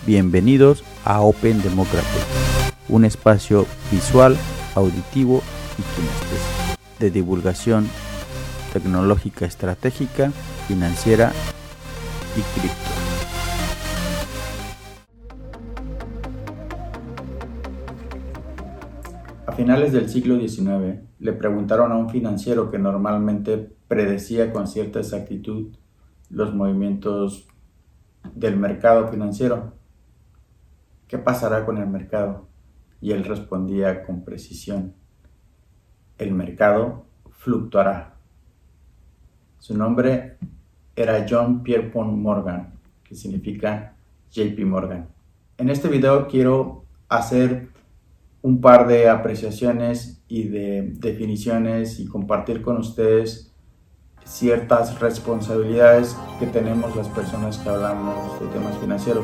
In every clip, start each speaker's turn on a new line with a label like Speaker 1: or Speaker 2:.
Speaker 1: Bienvenidos a Open Democracy, un espacio visual, auditivo y kinestésico de divulgación tecnológica estratégica, financiera y cripto. A finales del siglo XIX, le preguntaron a un financiero que normalmente predecía con cierta exactitud los movimientos del mercado financiero: ¿qué pasará con el mercado? Y él respondía con precisión: el mercado fluctuará. Su nombre era John Pierpont Morgan, que significa JP Morgan. En este video quiero hacer un par de apreciaciones y de definiciones y compartir con ustedes ciertas responsabilidades que tenemos las personas que hablamos de temas financieros.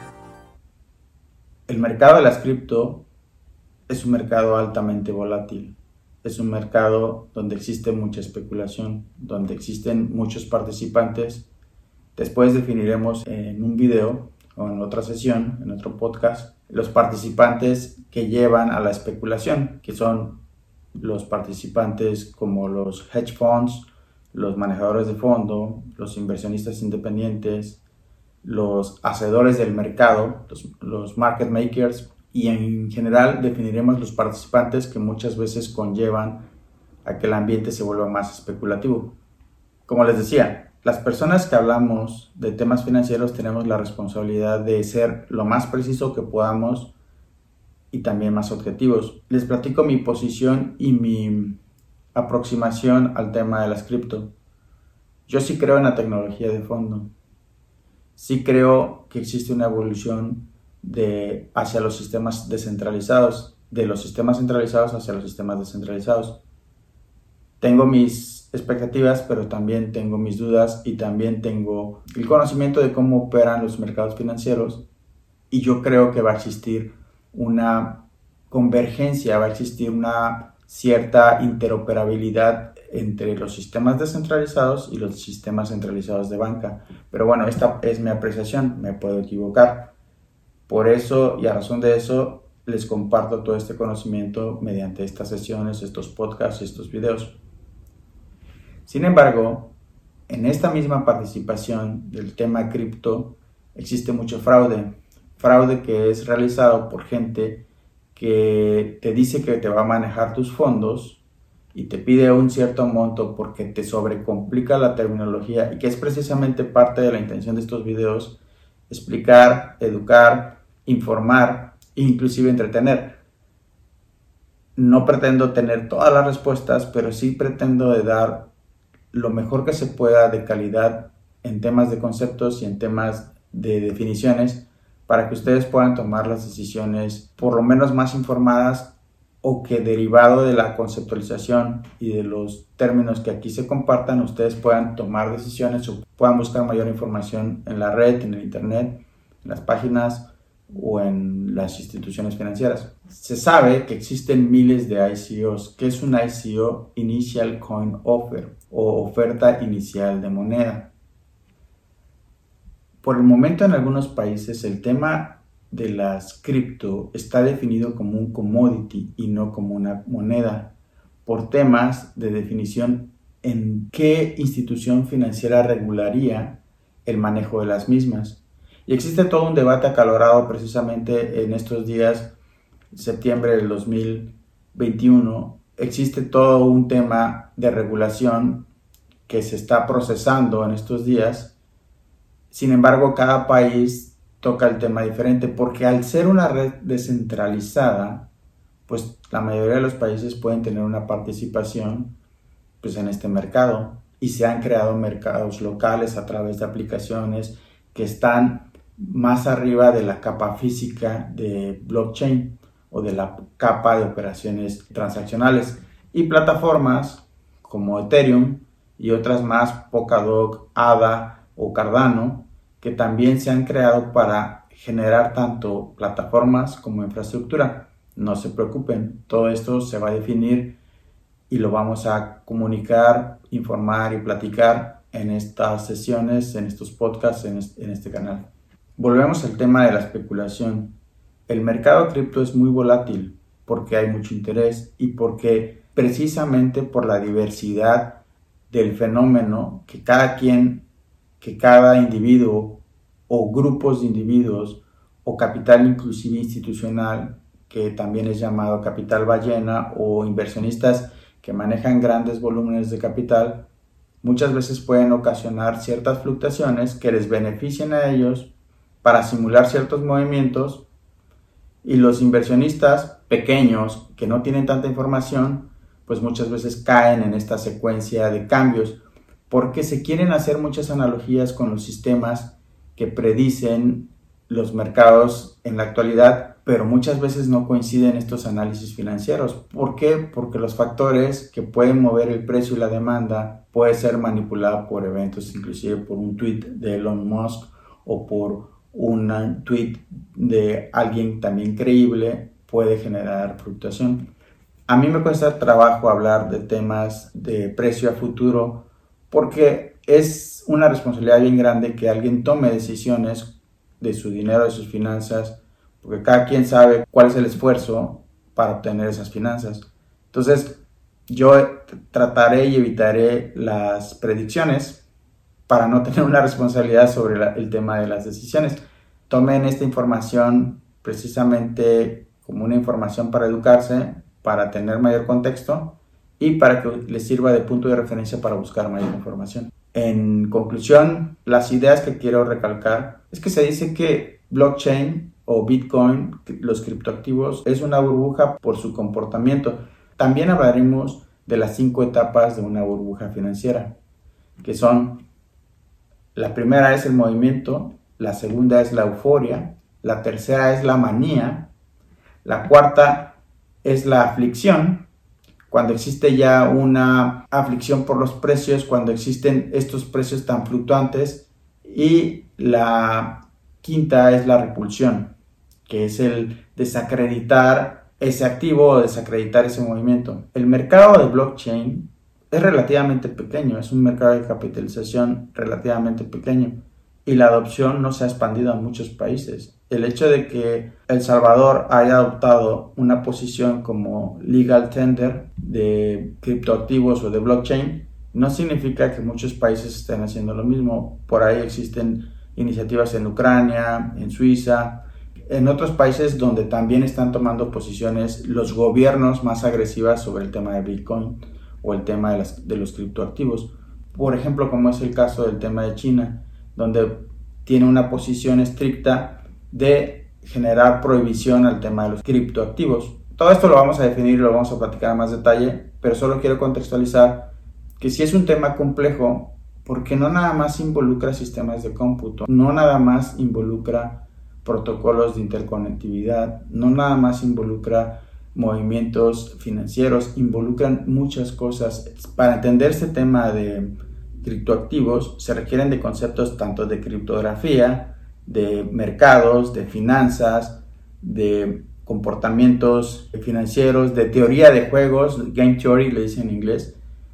Speaker 1: El mercado de las cripto es un mercado altamente volátil. Es un mercado donde existe mucha especulación, donde existen muchos participantes. Después definiremos en un video o en otra sesión, en otro podcast, los participantes que llevan a la especulación, que son los participantes como los hedge funds, los manejadores de fondo, los inversionistas independientes, los hacedores del mercado, los market makers, y en general definiremos los participantes que muchas veces conllevan a que el ambiente se vuelva más especulativo. Como les decía, las personas que hablamos de temas financieros tenemos la responsabilidad de ser lo más preciso que podamos y también más objetivos. Les platico mi posición y mi aproximación al tema de las cripto. Yo sí creo en la tecnología de fondo. Sí creo que existe una evolución hacia los sistemas descentralizados, de los sistemas centralizados hacia los sistemas descentralizados. Tengo mis expectativas, pero también tengo mis dudas y también tengo el conocimiento de cómo operan los mercados financieros, y yo creo que va a existir una convergencia, va a existir una cierta interoperabilidad entre los sistemas descentralizados y los sistemas centralizados de banca. Pero bueno, esta es mi apreciación, me puedo equivocar. Por eso, y a razón de eso, les comparto todo este conocimiento mediante estas sesiones, estos podcasts y estos videos. Sin embargo, en esta misma participación del tema cripto existe mucho fraude que es realizado por gente que te dice que te va a manejar tus fondos y te pide un cierto monto porque te sobrecomplica la terminología, y que es precisamente parte de la intención de estos videos: explicar, educar, informar e inclusive entretener. No pretendo tener todas las respuestas, pero sí pretendo dar lo mejor que se pueda de calidad en temas de conceptos y en temas de definiciones, para que ustedes puedan tomar las decisiones por lo menos más informadas, o que derivado de la conceptualización y de los términos que aquí se compartan, ustedes puedan tomar decisiones o puedan buscar mayor información en la red, en el internet, en las páginas o en las instituciones financieras. Se sabe que existen miles de ICOs. ¿Qué es un ICO? Initial Coin Offer, o oferta inicial de moneda. Por el momento, en algunos países el tema de las cripto está definido como un commodity y no como una moneda, por temas de definición en qué institución financiera regularía el manejo de las mismas. Y existe todo un debate acalorado precisamente en estos días, septiembre del 2021. Existe todo un tema de regulación que se está procesando en estos días. Sin embargo, cada país toca el tema diferente, porque al ser una red descentralizada, pues la mayoría de los países pueden tener una participación pues en este mercado, y se han creado mercados locales a través de aplicaciones que están más arriba de la capa física de blockchain o de la capa de operaciones transaccionales, y plataformas como Ethereum y otras más, Polkadot, ADA o Cardano, que también se han creado para generar tanto plataformas como infraestructura. No se preocupen, todo esto se va a definir y lo vamos a comunicar, informar y platicar en estas sesiones, en estos podcasts, en este canal. Volvemos al tema de la especulación. El mercado cripto es muy volátil porque hay mucho interés y porque precisamente por la diversidad del fenómeno que cada individuo o grupos de individuos o capital inclusive institucional, que también es llamado capital ballena, o inversionistas que manejan grandes volúmenes de capital, muchas veces pueden ocasionar ciertas fluctuaciones que les beneficien a ellos para simular ciertos movimientos, y los inversionistas pequeños que no tienen tanta información pues muchas veces caen en esta secuencia de cambios porque se quieren hacer muchas analogías con los sistemas que predicen los mercados en la actualidad, pero muchas veces no coinciden estos análisis financieros. ¿Por qué? Porque los factores que pueden mover el precio y la demanda puede ser manipulado por eventos, inclusive por un tweet de Elon Musk o por un tweet de alguien también creíble, puede generar fluctuación. A mí me cuesta trabajo hablar de temas de precio a futuro porque es una responsabilidad bien grande que alguien tome decisiones de su dinero, de sus finanzas, porque cada quien sabe cuál es el esfuerzo para obtener esas finanzas. Entonces, yo trataré y evitaré las predicciones para no tener una responsabilidad sobre el tema de las decisiones. Tomen esta información precisamente como una información para educarse, para tener mayor contexto y para que les sirva de punto de referencia para buscar mayor información. En conclusión, las ideas que quiero recalcar es que se dice que blockchain o Bitcoin, los criptoactivos, es una burbuja por su comportamiento. También hablaremos de las 5 etapas de una burbuja financiera, que son: la primera es el movimiento, la segunda es la euforia, la tercera es la manía, la cuarta es la aflicción, cuando existe ya una aflicción por los precios, cuando existen estos precios tan fluctuantes, y la quinta es la repulsión, que es el desacreditar ese activo o desacreditar ese movimiento. El mercado de blockchain es relativamente pequeño, es un mercado de capitalización relativamente pequeño y la adopción no se ha expandido a muchos países. El hecho de que El Salvador haya adoptado una posición como legal tender de criptoactivos o de blockchain no significa que muchos países estén haciendo lo mismo. Por ahí existen iniciativas en Ucrania, en Suiza, en otros países donde también están tomando posiciones los gobiernos más agresivas sobre el tema de Bitcoin o el tema de los criptoactivos. Por ejemplo, como es el caso del tema de China, donde tiene una posición estricta de generar prohibición al tema de los criptoactivos. Todo esto lo vamos a definir y lo vamos a platicar en más detalle, pero solo quiero contextualizar que si es un tema complejo, porque no nada más involucra sistemas de cómputo, no nada más involucra protocolos de interconectividad, no nada más involucra movimientos financieros, involucran muchas cosas. Para entender este tema de criptoactivos se requieren de conceptos tanto de criptografía, de mercados, de finanzas, de comportamientos financieros, de teoría de juegos, game theory le dicen en inglés,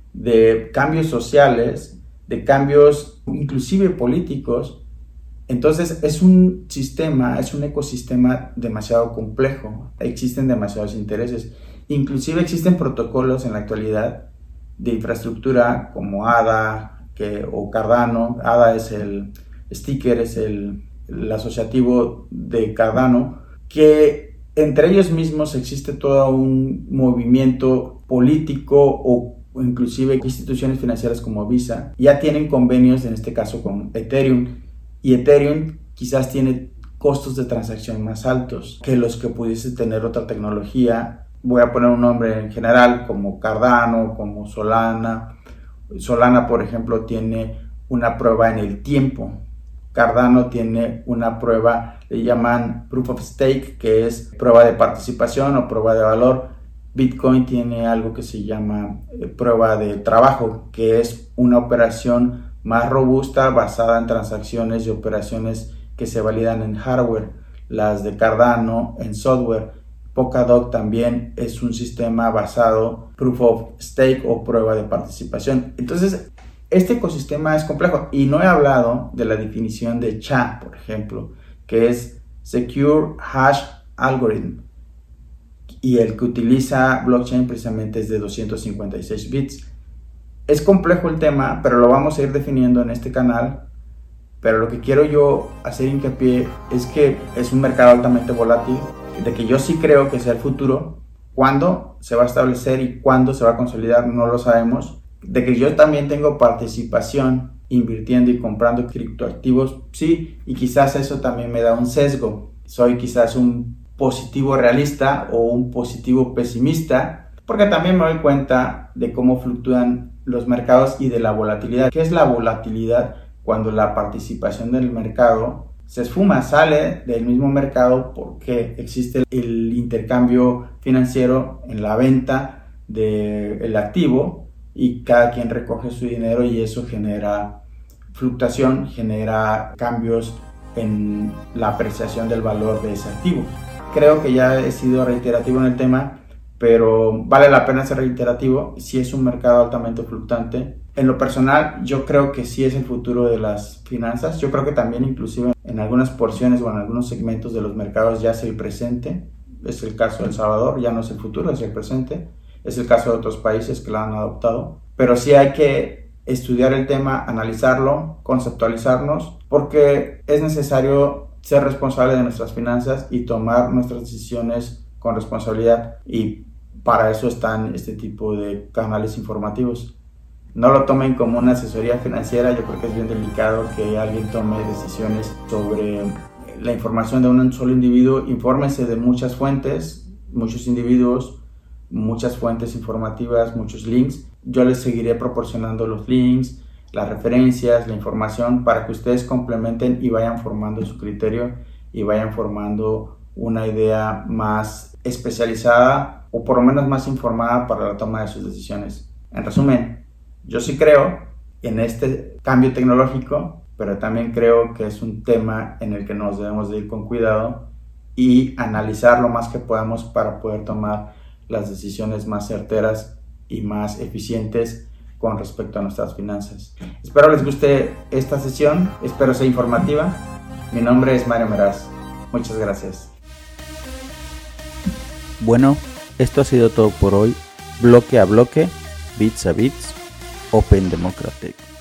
Speaker 1: de cambios sociales, de cambios inclusive políticos. Entonces es un sistema, es un ecosistema demasiado complejo, existen demasiados intereses, inclusive existen protocolos en la actualidad de infraestructura como ADA o Cardano. ADA es el sticker, es el asociativo de Cardano, que entre ellos mismos existe todo un movimiento político o inclusive instituciones financieras como Visa ya tienen convenios, en este caso con Ethereum, y Ethereum quizás tiene costos de transacción más altos que los que pudiese tener otra tecnología. Voy a poner un nombre en general como Cardano, como Solana. Solana, por ejemplo, tiene una prueba en el tiempo. Cardano tiene una prueba, le llaman Proof of Stake, que es prueba de participación o prueba de valor. Bitcoin tiene algo que se llama prueba de trabajo, que es una operación más robusta basada en transacciones y operaciones que se validan en hardware. Las de Cardano en software. Polkadot también es un sistema basado Proof of Stake o prueba de participación. Entonces, este ecosistema es complejo y no he hablado de la definición de CHA, por ejemplo, que es Secure Hash Algorithm, y el que utiliza blockchain precisamente es de 256 bits. Es complejo el tema, pero lo vamos a ir definiendo en este canal. Pero lo que quiero yo hacer hincapié es que es un mercado altamente volátil, de que yo sí creo que sea el futuro. Cuándo se va a establecer y cuándo se va a consolidar no lo sabemos. De que yo también tengo participación invirtiendo y comprando criptoactivos, sí, y quizás eso también me da un sesgo. Soy quizás un positivo realista o un positivo pesimista, porque también me doy cuenta de cómo fluctúan los mercados y de la volatilidad. ¿Qué es la volatilidad? Cuando la participación del mercado se esfuma, sale del mismo mercado porque existe el intercambio financiero en la venta del activo y cada quien recoge su dinero y eso genera fluctuación, genera cambios en la apreciación del valor de ese activo. Creo que ya he sido reiterativo en el tema, pero vale la pena ser reiterativo. Si es un mercado altamente fluctuante. En lo personal, yo creo que sí es el futuro de las finanzas. Yo creo que también inclusive en algunas porciones o en algunos segmentos de los mercados ya es el presente. Es el caso de El Salvador, ya no es el futuro, es el presente. Es el caso de otros países que lo han adoptado. Pero sí hay que estudiar el tema, analizarlo, conceptualizarnos, porque es necesario ser responsable de nuestras finanzas y tomar nuestras decisiones con responsabilidad, y para eso están este tipo de canales informativos. No lo tomen como una asesoría financiera. Yo creo que es bien delicado que alguien tome decisiones sobre la información de un solo individuo. Infórmense de muchas fuentes, muchos individuos, muchas fuentes informativas, muchos links. Yo les seguiré proporcionando los links, las referencias, la información para que ustedes complementen y vayan formando su criterio y vayan formando una idea más especializada o por lo menos más informada para la toma de sus decisiones. En resumen, yo sí creo en este cambio tecnológico, pero también creo que es un tema en el que nos debemos de ir con cuidado y analizar lo más que podamos para poder tomar las decisiones más certeras y más eficientes con respecto a nuestras finanzas. Espero les guste esta sesión, espero sea informativa. Mi nombre es Mario Meraz. Muchas gracias.
Speaker 2: Bueno, esto ha sido todo por hoy. Bloque a bloque, bits a bits, Open Democratic.